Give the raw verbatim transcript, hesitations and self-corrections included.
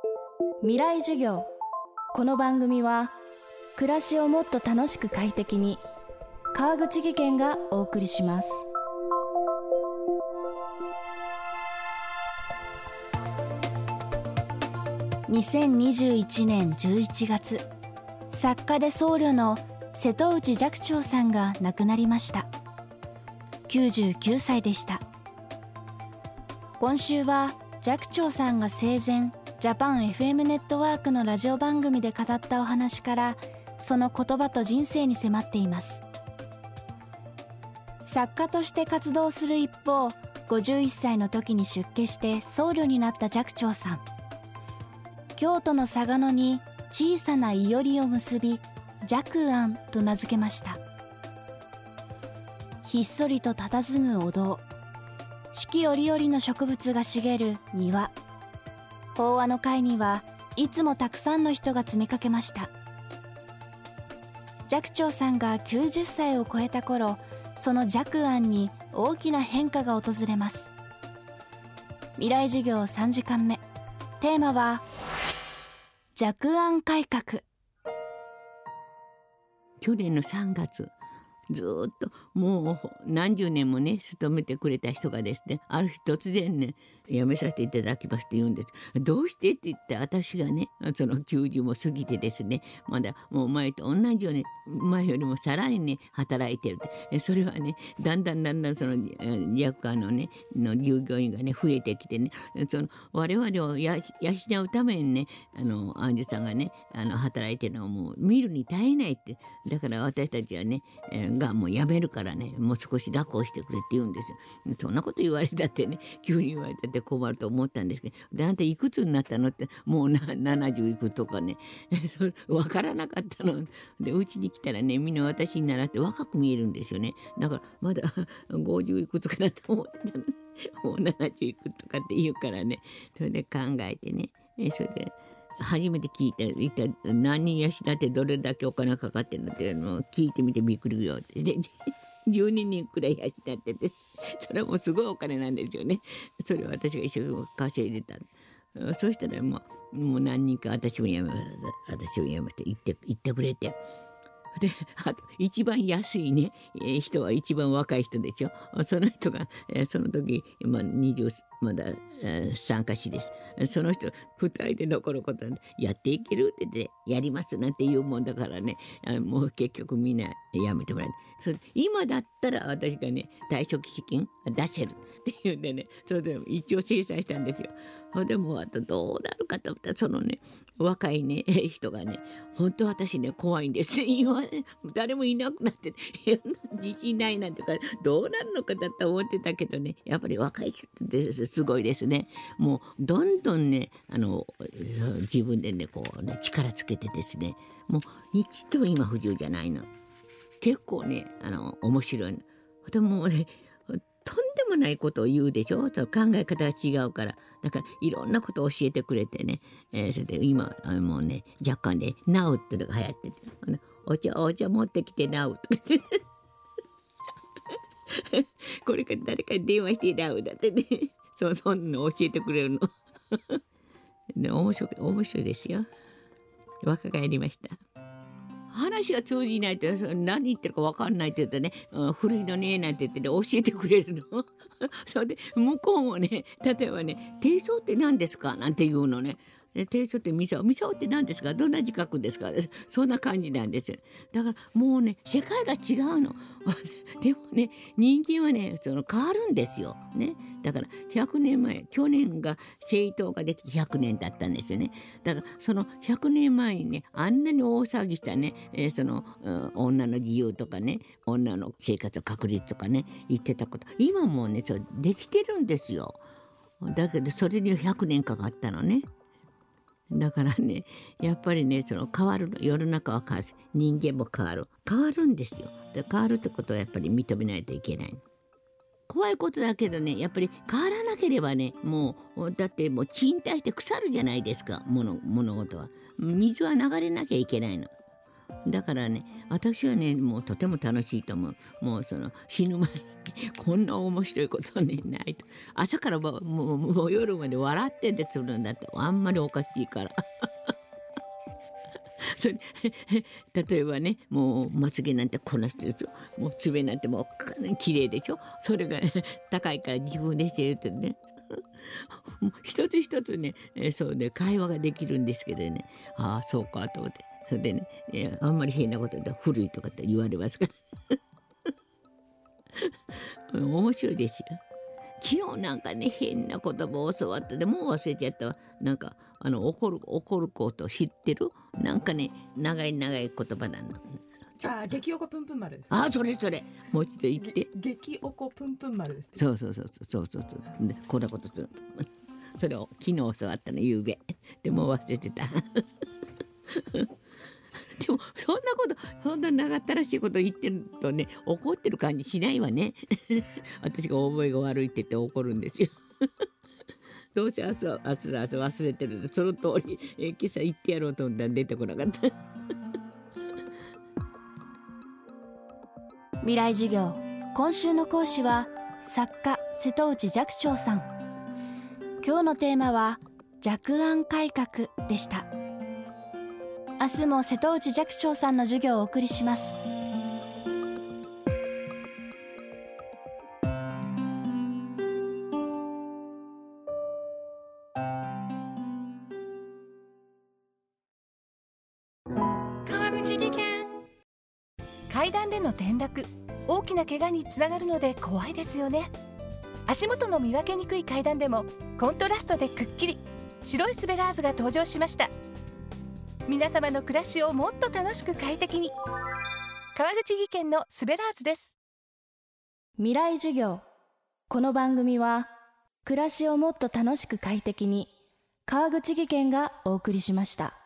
未来授業。この番組は暮らしをもっと楽しく快適に、川口義賢がお送りします。にせんにじゅういちねんじゅういちがつ、作家で僧侶の瀬戸内寂聴さんが亡くなりました。きゅうじゅうきゅうさいでした。今週は寂聴さんが生前ジャパン エフエム ネットワークのラジオ番組で語ったお話から、その言葉と人生に迫っています。作家として活動する一方、ごじゅういっさいの時に出家して僧侶になった寂聴さん。京都の嵯峨野に小さないよりを結び、寂庵と名付けました。ひっそりと佇むお堂、四季折々の植物が茂る庭、法話の会にはいつもたくさんの人が詰めかけました。寂聴さんがきゅうじゅっさいを超えた頃、その寂庵に大きな変化が訪れます。未来授業さんじかんめ、テーマは寂庵改革。 去年のさんがつ、ずーっともう何十年もね勤めてくれた人がですね、ある日突然ね、辞めさせていただきますって言うんです。どうしてって言って、私がねそのきゅうじゅうも過ぎてですね、まだもう前と同じように、前よりもさらにね働いてるって。それはね、だんだんだんだんその寂庵のねの従業員がね増えてきてね、その我々をや養うためにね、あの庵主さんがねあの働いてるのをもう見るに耐えないって。だから私たちはね、えー、がもうやめるからね、もう少し楽をしてくれって言うんですよ。そんなこと言われたってね、急に言われたって困ると思ったんですけど、であんたいくつになったのって、もうなななじゅういくとかね分からなかったので、うちに来たらね、みんな私に習って若く見えるんですよね。だからまだごじゅういくつかなと思ってたのに、もうななじゅういくとかって言うからね、それで考えてね、それで初めて聞いた、一体何人養ってどれだけお金かかってるのってのを聞いてみてびっくりよってでじゅうににんくらい養ってて、それはもうすごいお金なんですよね。それを私が一生懸命稼いでた。そしたらもうもう何人か私も辞めました私も辞めて言って言ってくれて。で、あと一番安いね、えー、人は一番若い人でしょ。その人が、えー、その時、まあ、にじゅうまだ、えー、参加しです。その人ふたりで残ることでやっていけるって言ってやりますなんて言うもんだからね、あもう結局みんなやめてもらえて、今だったら私がね退職資金出せるっていうんでね、それで一応精査したんですよ。でもあとどうなるかと思ったら、そのね若いね人がね、本当私ね怖いんです今誰もいなくなって、自信ないなんてからどうなるのかだと思ってたけどね、やっぱり若い人ですすごいですね。もうどんどんねあの自分でねこうね力つけてですね、もう一度今不自由じゃないの。結構ねあの面白いの。でもねとんでもないことを言うでしょ。その考え方が違うから。だからいろんなことを教えてくれてね、えー、それで今もうね若干で「ナウ」っていうのが流行ってて「お茶お茶持ってきてナウ」とか言ってこれから誰かに電話してナウだってね、そうそんなの教えてくれるので面白い面白いですよ。若返りました。話が通じないと何言ってるか分かんないって言うとね、うん、古いのねなんて言ってね教えてくれるのそれで向こうもね、例えばね「低層って何ですか?」なんて言うのね。低層ってミサオ、ミサオって何ですか、どんな字書くんですか、そんな感じなんですよ。だからもうね世界が違うのでもね人間はねその変わるんですよね。だからひゃくねんまえ、去年が政党ができてひゃくねんだったんですよね。だからそのひゃくねんまえにねあんなに大騒ぎしたね、えー、その、うん、女の自由とかね、女の生活の確立とかね言ってたこと、今もうねそうできてるんですよ。だけどそれにひゃくねんかかったのね。だからねやっぱりねその変わるの、世の中は変わるし人間も変わる変わるんですよ。で変わるってことはやっぱり認めないといけない。怖いことだけどね、やっぱり変わらなければね、もうだってもう沈滞して腐るじゃないですか、物物事は。水は流れなきゃいけないの。 だからね、私はねもうとても楽しいと思う。もうその死ぬ前にこんな面白いことねないと。朝からもうもうもう夜まで笑っててするんだってあんまりおかしいから。それ例えばね、もうまつげなんてこなしてるでしょ、もう爪なんてもう綺麗でしょ、それが高いから自分でしてるとねもう一つ一つね、えーそうで会話ができるんですけどね、ああそうかと思って、それでね、えーあんまり変なことで古いとかって言われますからうん面白いですよ。昨日なんかね変な言葉を教わってでもう忘れちゃったわ。なんかあの怒る怒ること知ってる？なんかね長い長い言葉なの。 あ、激おこぷんぷん丸です、ね。 あ、それそれもう一度言って。 激おこぷんぷん丸です、ね。 そうそうそうそうそうそうでこんなことする。それを昨日教わったの夕べでもう忘れてた。でもそんなことそんな長ったらしいこと言ってるとね怒ってる感じしないわね。私が覚えが悪いって言って怒るんですよ。どうせ明日は明日の朝忘れてるその通り、えー今朝言ってやろうと思ったら出てこなかった。 未来授業、今週の講師は作家瀬戸内寂聴さん。今日のテーマは寂庵改革でした。明日も瀬戸内寂聴さんの授業をお送りします。 川口技研。階段での転落、大きな怪我につながるので怖いですよね。足元の見分けにくい階段でもコントラストでくっきり白いスベラーズが登場しました。皆様の暮らしをもっと楽しく快適に、川口技研のスベラーズです。 未来授業、この番組は暮らしをもっと楽しく快適に川口技研がお送りしました。